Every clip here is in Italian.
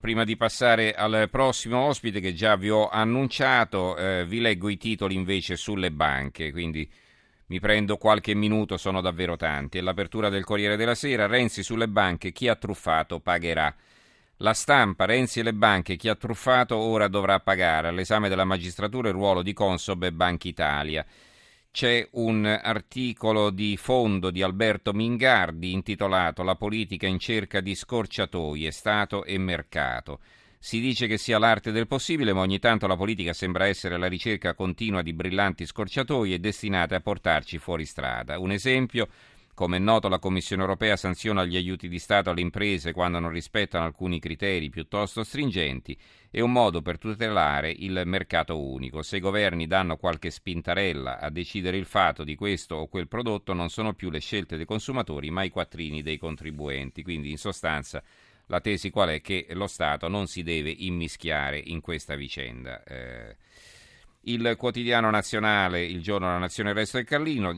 Prima di passare al prossimo ospite che già vi ho annunciato, vi leggo i titoli invece sulle banche, quindi mi prendo qualche minuto, sono davvero tanti. È l'apertura del Corriere della Sera, Renzi sulle banche, chi ha truffato pagherà. La Stampa, Renzi e le banche, chi ha truffato ora dovrà pagare. All'esame della magistratura il ruolo di Consob e Banca Italia. C'è un articolo di fondo di Alberto Mingardi intitolato La politica in cerca di scorciatoie, Stato e mercato. Si dice che sia l'arte del possibile, ma ogni tanto la politica sembra essere la ricerca continua di brillanti scorciatoie destinate a portarci fuori strada. Un esempio: come è noto, la Commissione europea sanziona gli aiuti di Stato alle imprese quando non rispettano alcuni criteri piuttosto stringenti. È un modo per tutelare il mercato unico. Se i governi danno qualche spintarella a decidere il fato di questo o quel prodotto, non sono più le scelte dei consumatori, ma i quattrini dei contribuenti. Quindi, in sostanza, la tesi qual è? Che lo Stato non si deve immischiare in questa vicenda. Il quotidiano nazionale, il giorno della nazione, il resto del Carlino,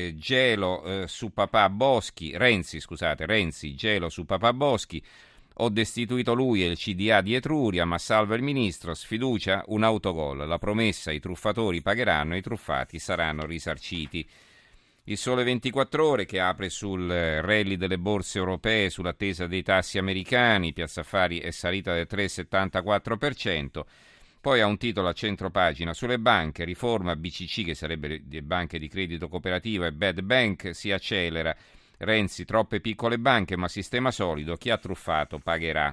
gelo su papà Boschi, Renzi, gelo su papà Boschi, ho destituito lui e il CDA di Etruria, ma salva il ministro, sfiducia, un autogol, la promessa, i truffatori pagheranno, i truffati saranno risarciti. Il Sole 24 Ore che apre sul rally delle borse europee sull'attesa dei tassi americani, Piazza Affari è salita del 3,74%. Poi ha un titolo a centropagina sulle banche, riforma BCC, che sarebbe le banche di credito cooperativo, e bad bank, si accelera. Renzi, troppe piccole banche ma sistema solido, chi ha truffato pagherà.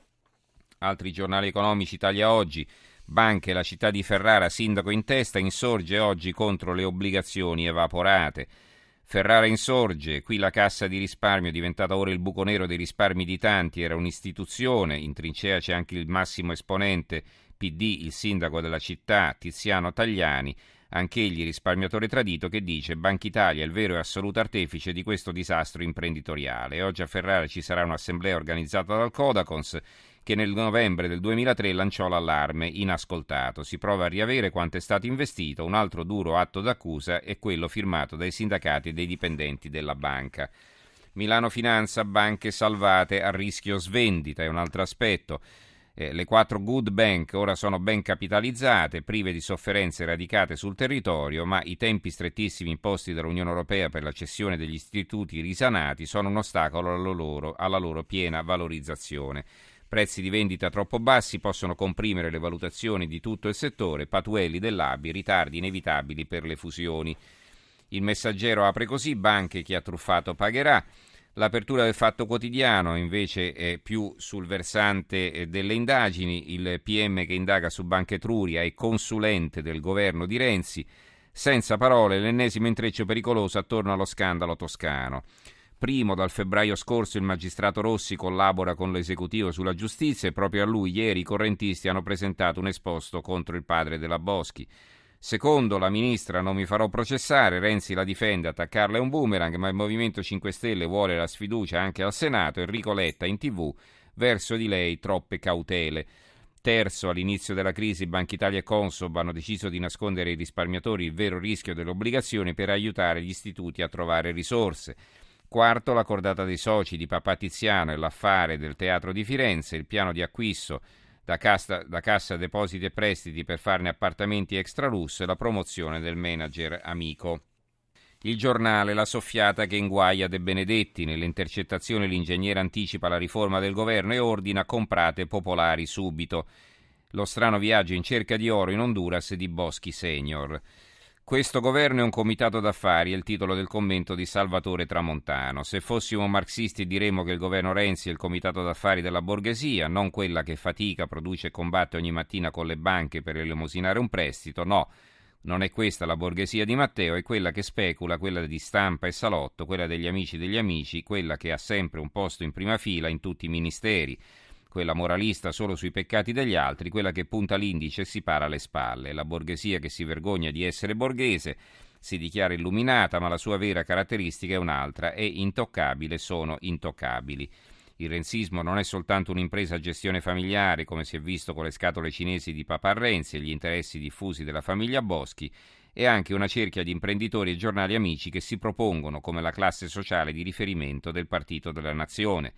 Altri giornali economici, Italia Oggi, banche, la città di Ferrara, sindaco in testa, insorge oggi contro le obbligazioni evaporate. Ferrara insorge, qui la cassa di risparmio è diventata ora il buco nero dei risparmi di tanti, era un'istituzione, in trincea c'è anche il massimo esponente PD, il sindaco della città, Tiziano Tagliani, anch'egli risparmiatore tradito, che dice Banca Italia è il vero e assoluto artefice di questo disastro imprenditoriale. Oggi a Ferrara ci sarà un'assemblea organizzata dal Codacons che nel novembre del 2003 lanciò l'allarme inascoltato. Si prova a riavere quanto è stato investito. Un altro duro atto d'accusa è quello firmato dai sindacati e dei dipendenti della banca. Milano Finanza, banche salvate a rischio svendita, è un altro aspetto. Le 4 good bank ora sono ben capitalizzate, prive di sofferenze radicate sul territorio, ma i tempi strettissimi imposti dall'Unione Europea per la cessione degli istituti risanati sono un ostacolo alla loro piena valorizzazione. Prezzi di vendita troppo bassi possono comprimere le valutazioni di tutto il settore, patuelli dell'ABI, ritardi inevitabili per le fusioni. Il Messaggero apre così, banche, chi ha truffato pagherà. L'apertura del Fatto Quotidiano invece è più sul versante delle indagini, il PM che indaga su Banca Etruria è consulente del governo di Renzi, senza parole l'ennesimo intreccio pericoloso attorno allo scandalo toscano. Primo, dal febbraio scorso il magistrato Rossi collabora con l'esecutivo sulla giustizia e proprio a lui ieri i correntisti hanno presentato un esposto contro il padre della Boschi. Secondo, la ministra non mi farò processare, Renzi la difende, attaccarla è un boomerang, ma il Movimento 5 Stelle vuole la sfiducia anche al Senato, Enrico Letta in TV, verso di lei troppe cautele. Terzo, all'inizio della crisi Banca Italia e Consob hanno deciso di nascondere ai risparmiatori il vero rischio delle obbligazioni per aiutare gli istituti a trovare risorse. Quarto, la cordata dei soci di Papà Tiziano e l'affare del Teatro di Firenze, il piano di acquisto da Cassa Depositi e Prestiti per farne appartamenti extra lusso e la promozione del manager amico. Il Giornale, la soffiata che inguaia De Benedetti. Nelle intercettazioni l'ingegnere anticipa la riforma del governo e ordina comprate popolari subito. Lo strano viaggio in cerca di oro in Honduras di Boschi Senior. Questo governo è un comitato d'affari, è il titolo del commento di Salvatore Tramontano. Se fossimo marxisti diremmo che il governo Renzi è il comitato d'affari della borghesia, non quella che fatica, produce e combatte ogni mattina con le banche per elemosinare un prestito. No, non è questa la borghesia di Matteo, è quella che specula, quella di stampa e salotto, quella degli amici, quella che ha sempre un posto in prima fila in tutti i ministeri, quella moralista solo sui peccati degli altri, quella che punta l'indice e si para le spalle, la borghesia che si vergogna di essere borghese, si dichiara illuminata, ma la sua vera caratteristica è un'altra, è intoccabile, sono intoccabili. Il renzismo non è soltanto un'impresa a gestione familiare, come si è visto con le scatole cinesi di Papà Renzi e gli interessi diffusi della famiglia Boschi, è anche una cerchia di imprenditori e giornali amici che si propongono come la classe sociale di riferimento del Partito della Nazione.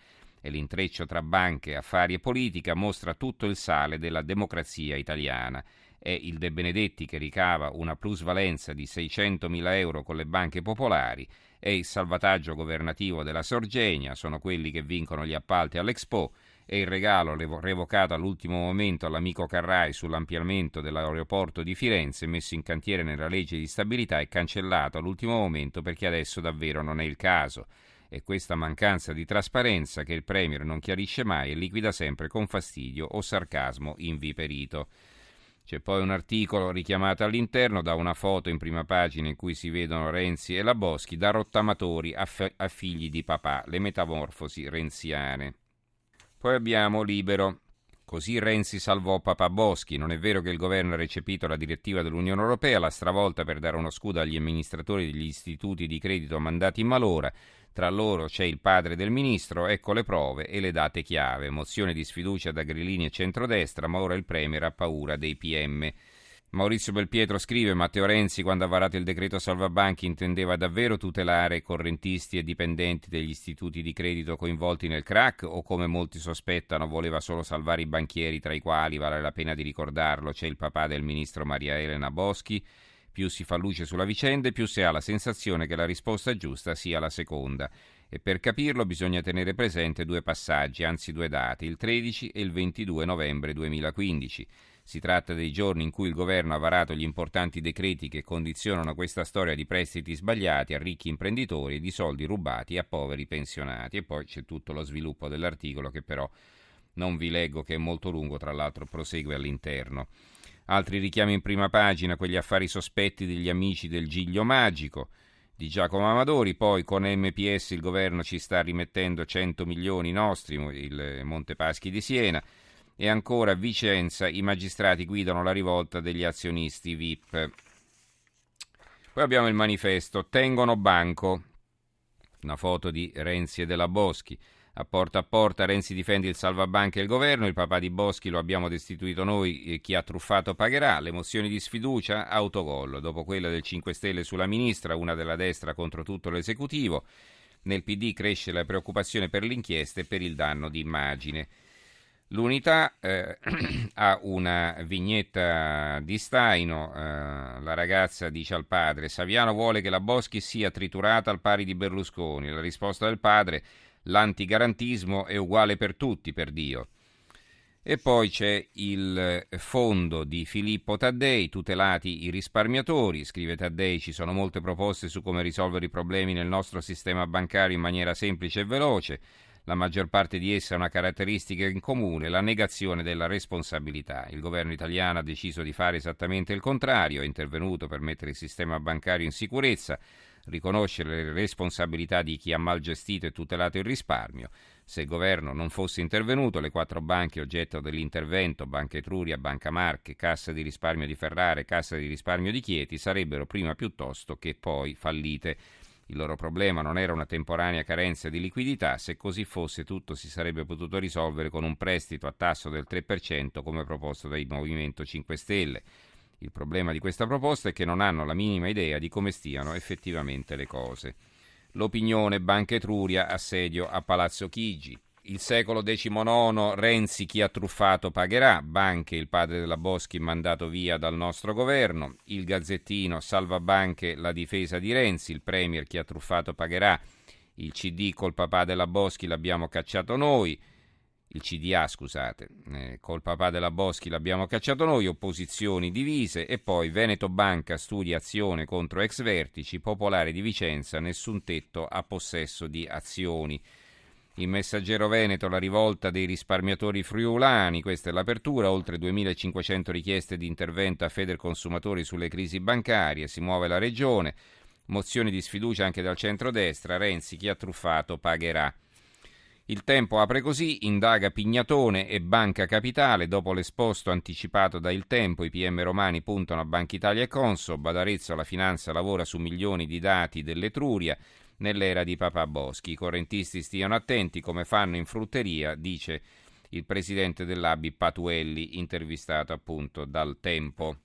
e l'intreccio tra banche, affari e politica mostra tutto il sale della democrazia italiana. È il De Benedetti che ricava una plusvalenza di 600.000 euro con le banche popolari, è il salvataggio governativo della Sorgenia, sono quelli che vincono gli appalti all'Expo, è il regalo revocato all'ultimo momento all'amico Carrai sull'ampliamento dell'aeroporto di Firenze, messo in cantiere nella legge di stabilità e cancellato all'ultimo momento perché adesso davvero non è il caso. È questa mancanza di trasparenza che il Premier non chiarisce mai e liquida sempre con fastidio o sarcasmo inviperito. C'è poi un articolo richiamato all'interno da una foto in prima pagina in cui si vedono Renzi e la Boschi da rottamatori a figli di papà, le metamorfosi renziane. Poi abbiamo Libero. Così Renzi salvò papà Boschi. Non è vero che il governo ha recepito la direttiva dell'Unione Europea, l'ha stravolta per dare uno scudo agli amministratori degli istituti di credito mandati in malora. Tra loro c'è il padre del ministro, ecco le prove e le date chiave. Mozione di sfiducia da Grillini e centrodestra, ma ora il Premier ha paura dei PM. Maurizio Belpietro scrive: Matteo Renzi, quando ha varato il decreto salvabanchi, intendeva davvero tutelare correntisti e dipendenti degli istituti di credito coinvolti nel crack o, come molti sospettano, voleva solo salvare i banchieri, tra i quali, vale la pena di ricordarlo, c'è il papà del ministro Maria Elena Boschi? Più si fa luce sulla vicenda e più si ha la sensazione che la risposta giusta sia la seconda. E per capirlo bisogna tenere presente due passaggi, anzi due dati, il 13 e il 22 novembre 2015. Si tratta dei giorni in cui il governo ha varato gli importanti decreti che condizionano questa storia di prestiti sbagliati a ricchi imprenditori e di soldi rubati a poveri pensionati. E poi c'è tutto lo sviluppo dell'articolo che però non vi leggo, che è molto lungo, tra l'altro prosegue all'interno. Altri richiami in prima pagina, quegli affari sospetti degli amici del Giglio Magico di Giacomo Amadori, poi con MPS il governo ci sta rimettendo 100 milioni nostri, il Montepaschi di Siena, e ancora a Vicenza i magistrati guidano la rivolta degli azionisti VIP. Poi abbiamo il manifesto, tengono banco, una foto di Renzi e della Boschi. A porta Renzi difende il salvabanche e il governo, il papà di Boschi lo abbiamo destituito noi, chi ha truffato pagherà, le mozioni di sfiducia, autogol, dopo quella del 5 Stelle sulla ministra, una della destra contro tutto l'esecutivo, nel PD cresce la preoccupazione per l'inchiesta e per il danno di immagine. L'Unità ha una vignetta di Staino, la ragazza dice al padre: Saviano vuole che la Boschi sia triturata al pari di Berlusconi, la risposta del padre: l'antigarantismo è uguale per tutti, per Dio. E poi c'è il fondo di Filippo Taddei, tutelati i risparmiatori, scrive Taddei, ci sono molte proposte su come risolvere i problemi nel nostro sistema bancario in maniera semplice e veloce, la maggior parte di esse ha una caratteristica in comune, la negazione della responsabilità. Il governo italiano ha deciso di fare esattamente il contrario, è intervenuto per mettere il sistema bancario in sicurezza, riconoscere le responsabilità di chi ha mal gestito e tutelato il risparmio. Se il governo non fosse intervenuto, le 4 banche oggetto dell'intervento, Banca Etruria, Banca Marche, Cassa di risparmio di Ferrara e Cassa di risparmio di Chieti, sarebbero prima piuttosto che poi fallite. Il loro problema non era una temporanea carenza di liquidità, se così fosse tutto si sarebbe potuto risolvere con un prestito a tasso del 3% come proposto dal Movimento 5 Stelle. Il problema di questa proposta è che non hanno la minima idea di come stiano effettivamente le cose. L'opinione, Banca Etruria, assedio a Palazzo Chigi. Il secolo XIX, Renzi chi ha truffato pagherà, banche, il padre della Boschi mandato via dal nostro governo, il Gazzettino, salva banche, la difesa di Renzi, il Premier chi ha truffato pagherà, il CD col papà della Boschi l'abbiamo cacciato noi, il CDA scusate, col papà della Boschi l'abbiamo cacciato noi, opposizioni divise e poi Veneto Banca studia azione contro ex vertici, Popolare di Vicenza, nessun tetto a possesso di azioni. Il Messaggero Veneto, la rivolta dei risparmiatori friulani, questa è l'apertura, oltre 2.500 richieste di intervento a Federconsumatori sulle crisi bancarie, si muove la regione, mozioni di sfiducia anche dal centrodestra, Renzi chi ha truffato pagherà. Il Tempo apre così, indaga Pignatone e Banca Capitale, dopo l'esposto anticipato da Il Tempo, i PM romani puntano a Banca Italia e Consob, ad Arezzo la finanza lavora su milioni di dati dell'Etruria, nell'era di papà Boschi. I correntisti stiano attenti come fanno in frutteria, dice il presidente dell'ABI Patuelli, intervistato appunto dal Tempo.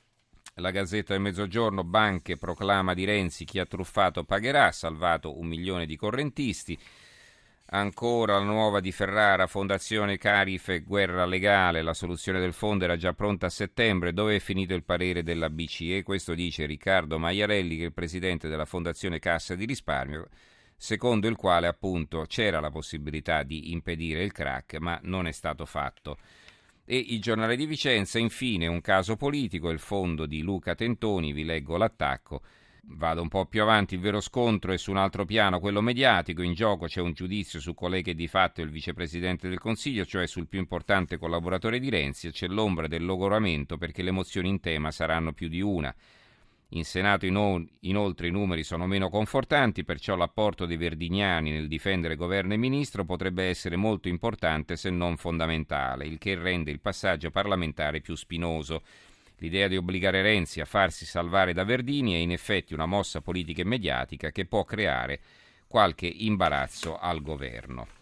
La Gazzetta del Mezzogiorno, banche, proclama di Renzi chi ha truffato pagherà, salvato 1 milione di correntisti. Ancora la nuova di Ferrara, Fondazione Carife, guerra legale, la soluzione del fondo era già pronta a settembre, dove è finito il parere della BCE? Questo dice Riccardo Maiarelli, che è il presidente della Fondazione Cassa di Risparmio, secondo il quale appunto c'era la possibilità di impedire il crack, ma non è stato fatto. E il Giornale di Vicenza, infine, un caso politico, il fondo di Luca Tentoni, vi leggo l'attacco. Vado un po' più avanti, il vero scontro è su un altro piano, quello mediatico, in gioco c'è un giudizio su colei che di fatto è il vicepresidente del Consiglio, cioè sul più importante collaboratore di Renzi, e c'è l'ombra del logoramento perché le mozioni in tema saranno più di una. In Senato inoltre i numeri sono meno confortanti, perciò l'apporto dei Verdignani nel difendere governo e ministro potrebbe essere molto importante se non fondamentale, il che rende il passaggio parlamentare più spinoso. L'idea di obbligare Renzi a farsi salvare da Verdini è in effetti una mossa politica e mediatica che può creare qualche imbarazzo al governo.